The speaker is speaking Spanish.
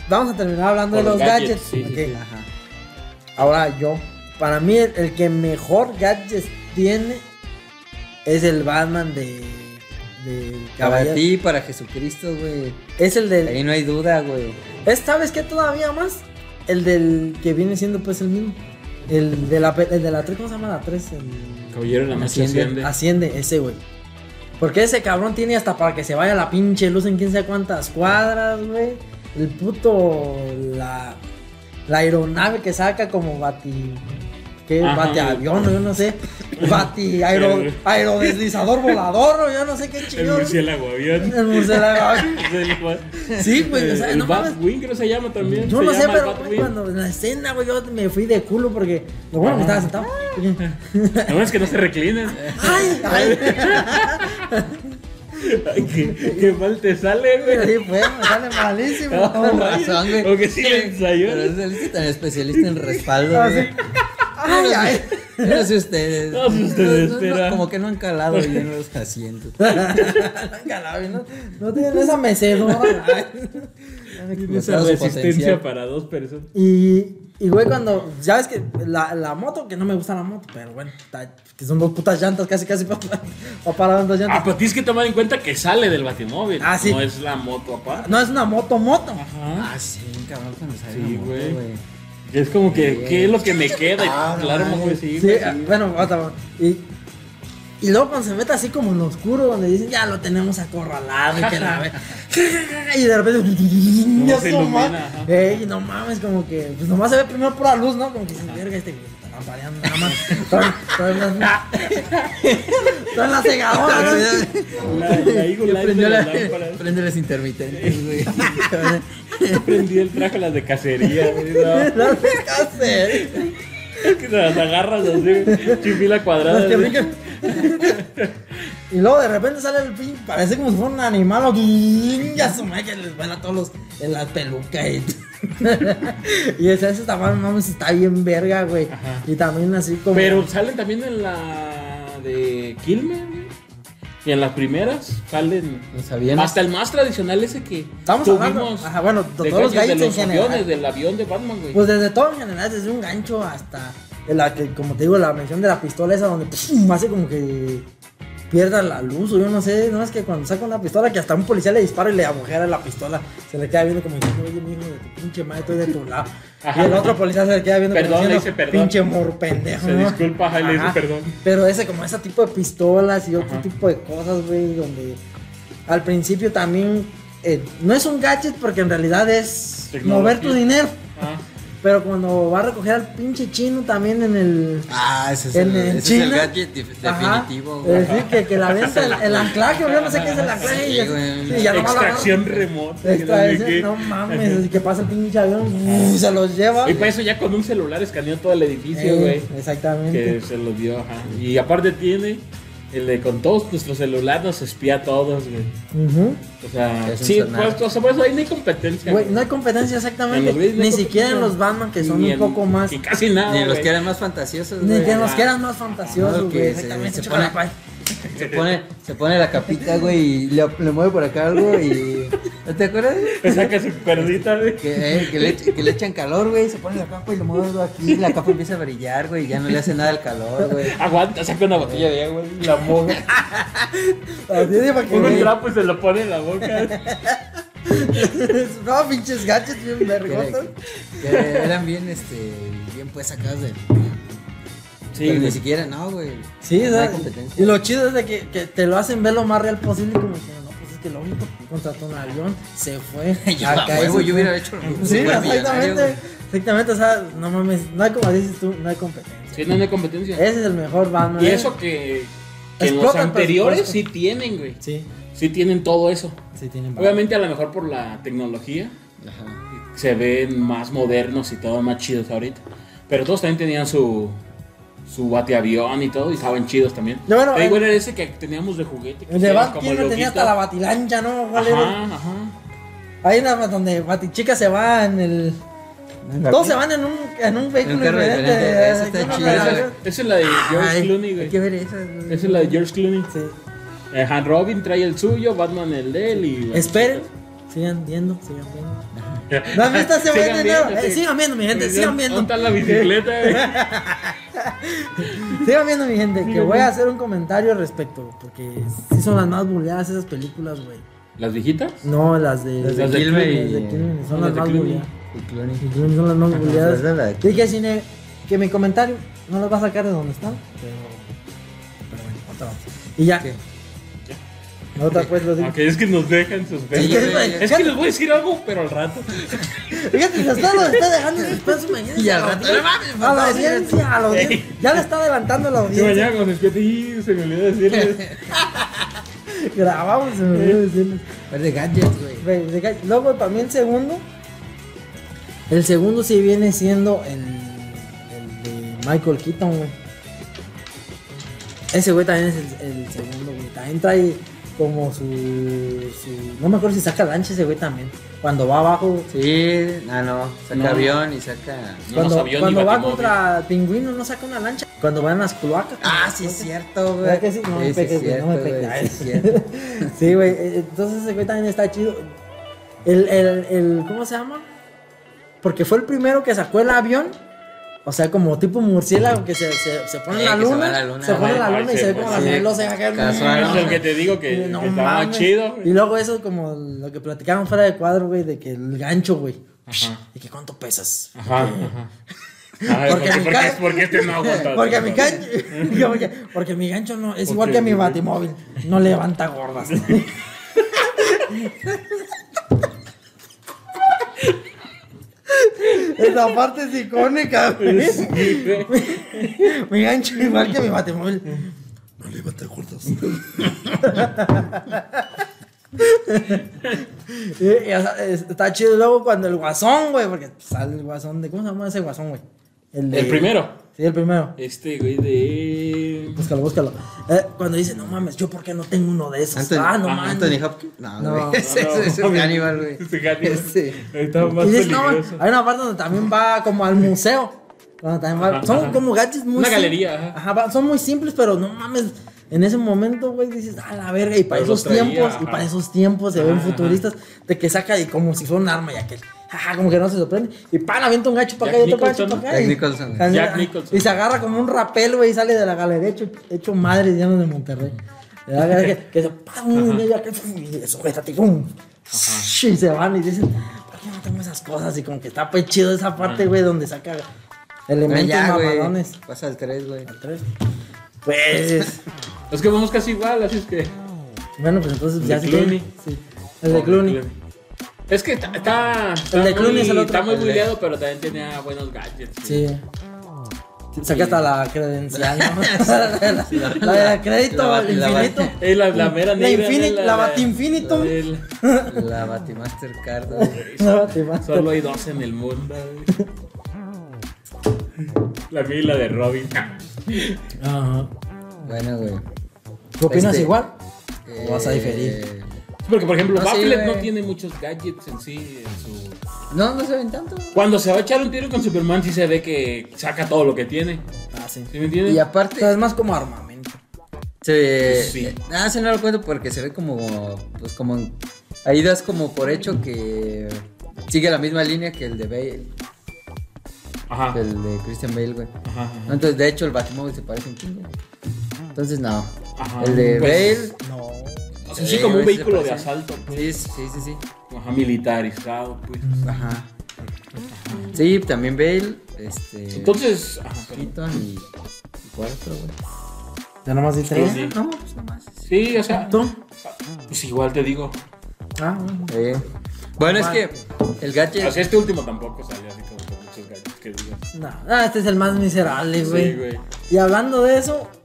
vamos a terminar hablando Por de los gadgets. sí, Ok. sí. Ajá. Ahora para mí el que mejor gadgets tiene es el Batman de Para Caballero. ti, para Jesucristo, güey. Es el del... Ahí no hay duda, güey. ¿Sabes qué todavía más? El del que viene siendo pues el mismo. El de la 3, ¿cómo se llama la 3? Caballero de la Noche Asciende. Asciende, ese güey. Porque ese cabrón tiene hasta para que se vaya la pinche luz en quién sabe cuántas cuadras, güey. El puto... La aeronave que saca como Batiavión, yo no sé. Aerodeslizador volador, o yo no sé qué El chingón. murciélago avión. El murciélago. Sí, güey, o sea, el no mames. Batwing creo que se llama también. Yo se no sé, llama el pero Batwing. cuando en la escena, güey, yo me fui de culo porque lo bueno que estaba sentado. No es que no se reclinen. Ay. Ay, qué mal te sale, güey. Sí, pues, me sale malísimo. No, Con razón, güey. O que sí le ensayó. Pero es el que tan especialista en respaldo, Ah, güey. sí. Ay. Yo no sé ustedes. No sé ustedes, pero- como que no han calado bien los asientos. No tienen esa mecedora. Ay. Tiene esa Su resistencia potencial. para 2 personas. Y güey, cuando, ya ves que la moto, que no me gusta la moto, pero bueno, que son 2 putas llantas, casi va parando 2 llantas. Ah, pero tienes que tomar en cuenta que sale del Batimóvil. Ah, sí. No es la moto aparte. No es una moto. Ah, sí, cabrón, cuando sale Sí, la moto, güey. güey. Es como que, ¿qué es lo que me queda? Ah, Y claro, no, güey, sí. Sí, güey, bueno, y luego cuando se mete así como en lo oscuro, donde dicen, ya lo tenemos acorralado y que la ve. Y de repente, ya se su ilumina, madre. ajá. Ey, no mames, como que, pues nomás se ve primero pura luz, ¿no? Como que dicen, verga, este güey está lampareando nada más. Todo en la cegadora, ¿no? La Eagle Yo Light prendí de las la- lámparas. prende las intermitentes, güey. Prendí el traje a las de cacería, güey. No, No sé qué hacer. que se las agarras así, chifila cuadrada. Los que güey. brincan. Y luego de repente sale el pin, parece como si fuera un animal. Ya su madre que les vuela a todos en la peluca y ese tamaño, mames, está bien verga, güey. Ajá. Y también así como. Pero salen también en la de Killman, güey. Y en las primeras salen. Los aviones. Hasta el más tradicional ese que Estamos hablando. Ajá, bueno, de todos los gadgets gadgets de en los general. aviones, del avión de Batman, güey. Pues desde todo en general, desde un gancho hasta la que, como te digo, la mención de la pistola esa donde ¡pum! Hace como que pierda la luz o yo no sé, no es que cuando saca una pistola que hasta un policía le dispara y le agujera la pistola, se le queda viendo como diciendo, oye, mi hijo de tu pinche madre, estoy de tu lado. Ajá. Y el otro policía se le queda viendo Perdón, como le diciendo, dice perdón. pinche mor pendejo, Se ¿no? disculpa, ajá, y le dice Ajá. perdón. Pero ese tipo de pistolas y otro Ajá. tipo de cosas, güey, donde al principio también no es un gadget porque en realidad es Tecnología. mover tu dinero. Ah, Pero cuando va a recoger al pinche chino también en el. Ah, ese es En ese es China. el gadget definitivo, Ajá, güey. es decir, que la venta el anclaje, yo no sé qué es el anclaje. Sí, y güey. sí, ya nomás la extracción remota. agarra. que no sé Extracción, qué. no mames, que pasa el pinche avión, se los lleva. Y para eso ya con un celular escaneó todo el edificio, güey. Exactamente. Que se lo dio, ajá. Y aparte tiene el de con todos nuestros celulares nos espía a todos, güey. Ujú. O sea, Es un sí, sonar. pues, por eso ahí no hay competencia. Güey, no hay competencia En exactamente. los Blades no hay Ni siquiera en competencia. los Batman, que son Ni un en- poco más. Y casi nada. Ni los güey. que eran más fantasiosos, Ni güey. que nos ah. quieran más fantasiosos, No, que güey. se Exactamente. pone- chocolate. Se pone la capita, güey, y le mueve por acá algo y... ¿No te acuerdas? Te saca su cuerdita, güey. Que le echan calor, güey, se pone la capa y lo mueve algo aquí, la capa empieza a brillar, güey, y ya no le hace nada el calor, güey. Aguanta, saca una botella de agua y la moja. Así de para que Pone un güey. trapo y se lo pone en la boca. No, pinches gadgets bien Que, vergosos. que eran bien, bien pues sacados de... Sí, pero ni güey. siquiera, no, güey. Sí, no o sea, hay competencia. y lo chido es de que te lo hacen ver lo más real posible, como diciendo, no, pues es que lo único que contrató un avión, se fue. Yo, a acá y huevo, se yo fue. hubiera hecho lo mismo, Sí, súper millonario, exactamente. güey. Exactamente, o sea, no mames, no hay como dices tú, no hay competencia. Sí, no hay competencia. Ese es el mejor Batman. Y ¿eh? eso que en los Explota el anteriores presupuesto. sí tienen, güey. Sí, Sí tienen todo eso. sí tienen Batman. Obviamente a lo mejor por la tecnología Ajá. se ven más modernos y todo más chidos ahorita. Pero todos también tenían su bateavión y todo y estaban chidos también. No, bueno, Te digo, era ese que teníamos de juguete. que El de era Batman como tenía hasta la batilancha, ¿no? ¿Cuál era? Ajá, ajá. Hay una donde Batichica se va en el... Todos se van en un vehículo carro diferente. diferente, eso está Una chido. operación. Esa es la de George Ay, Clooney, hay güey. que ver esas, güey. Esa es la de George Clooney. Sí. Robin trae el suyo, Batman el de él y... Esperen. Sigan viendo, sigan viendo. ¿No has visto ese güey Sigan de nuevo? viendo, sí. Sigan viendo, mi gente, sigan viendo. ¿Dónde está la bicicleta, güey? Sigan viendo, mi gente, que voy a hacer un comentario al respecto. Porque sí son las más bulleadas esas películas, güey. ¿Las viejitas? No, las de Las de de Kilmer Las de y... Kilmer son las las de más Clooney. bulleadas. y Clooney. Y Clooney son las más bulleadas. es verdad. Dije que mi comentario no los va a sacar de donde están. Pero bueno, otra vez. Y ya. ¿Qué? Otra pues lo digo. Ok, es que nos dejan suspenso. Sí, güey. Es que les voy a decir algo, pero al rato. Fíjate, lo está dejando en suspenso, imagínate. Y al a la rato, audiencia, no mames, a la faltaba audiencia, a la audiencia. Ya le está adelantando a la Y audiencia. mañana cuando despierte, y se me olvidó decirles. Grabamos, se me olvidó decirles. Pero de gadgets, güey. Luego, para mí, el segundo sí viene siendo el de Michael Keaton, güey. Ese güey también es el segundo, güey. También trae como su. No me acuerdo si saca lancha ese güey también. Cuando va abajo. Sí, no, saca No. avión y saca... No, Cuando, avión cuando ni va batimóvil. contra el pingüino, no saca una lancha. Cuando van a las cloacas. Ah, sí, es cierto, güey. ¿Verdad que sí? No me Sí, pegues, sí, güey, no me cierto, pegues. güey, sí, es cierto. Sí, güey. Entonces ese güey también está chido. ¿Cómo se llama? Porque fue el primero que sacó el avión. O sea, como tipo murciélago que se pone en la que se va luna. a la luna. Se pone en la Ay, luna y sí, se ve pues, como sí. las velas se caen. Casual, Es ¿no? el que te digo que No estaba mames. chido. Y luego eso como lo que platicamos fuera de cuadro, güey, de que el gancho, güey. Ajá. Y que cuánto pesas. Ajá, ajá. Ay, porque este no aguanta. Porque mi gancho, porque mi gancho no es igual que mi batimóvil, no levanta gordas. Esa parte es icónica, güey. Mi gancho igual que mi batimóvil. No levanta gordas. Está chido luego cuando el guasón, güey, porque sale el guasón de... ¿Cómo se llama ese guasón, güey? El primero. Sí, el primero. Este güey de. Búscalo. Cuando dice, no mames, ¿yo por qué no tengo uno de esos? Anthony, No mames. Anthony Hopkins. No, No, güey. Ese es Hannibal, güey. Ese Hannibal. Ese. Está más Y dice, no, peligroso. hay una parte donde también va como al museo. Donde también va- Ajá, son ajá. como gadgets muy Una sim- galería, ajá. son muy simples, pero no mames. En ese momento, güey, dices, a la verga. Y para Pero esos los traía, tiempos, ajá. y para esos tiempos se ven Ajá, futuristas de que saca y como si fuera un arma y aquel. Ajá, como que no se sorprende. Y pan, avienta un gacho para acá Jack y otro gacho Nicholson, para acá. Jack y- Nicholson, güey. Jack Nicholson. Y se agarra como un rapel, güey, y sale de la galería hecho madre lleno de Monterrey. Que se ¡pum! Y acá, y sujétate, ¡pum! Y se van y dicen, ¿por qué no tengo esas cosas? Y como que está pues chido esa parte, güey, donde saca elementos Ya, güey. mamalones. Pasa al 3, güey. Al 3. Pues, Es que vamos casi igual, así es que. bueno, pues entonces El ya de sí. Clooney. Sí. El de Clooney. Es que está El de Clooney es el otro. Está muy El de- buleado, pero también tenía buenos gadgets. Sí. Saca hasta la credencial, ¿no? la de crédito La- al la- infinito. La mera La negra. Infinity, la Batinfinitum. La Batimaster Card, güey. La Batimaster. Solo hay dos en el mundo. güey. La mía y la de Robin. Ajá. Bueno, güey. ¿Qué opinas Este, igual? ¿O vas a diferir? Porque, por ejemplo, No, sí, Bafflet güey. no tiene muchos gadgets en sí. En su... No se ven tanto. Cuando se va a echar un tiro con Superman, sí se ve que saca todo lo que tiene. Ah, sí. ¿Sí me entiendes? Y O sea, aparte, es más como armamento. Sí. sí, no lo cuento porque se ve como. Pues como. Ahí das como por hecho que. Sigue la misma línea que el de Bale. Ajá. Que el de Christian Bale, güey. Ajá. No, entonces, de hecho, el Batimóvil se parece un chingo. Entonces, no. Ajá. El de Pues, Bale. No. O sea, sí, como un güey, sí vehículo se de parece. asalto. Pues. Sí. Ajá, militarizado, pues. Ajá. Sí, también Bale. Entonces, ajá, pero- Keaton y cuarto, güey. Ya nomás di tres. Sí. No, pues nomás. sí, o sea, ¿Tú? pues igual te digo. Ah, bueno. Bueno, es que el gadget. O sea, este último tampoco salió así como con muchos gadgets que digas. No, este es el más miserable, güey. Sí, güey. Y hablando de eso,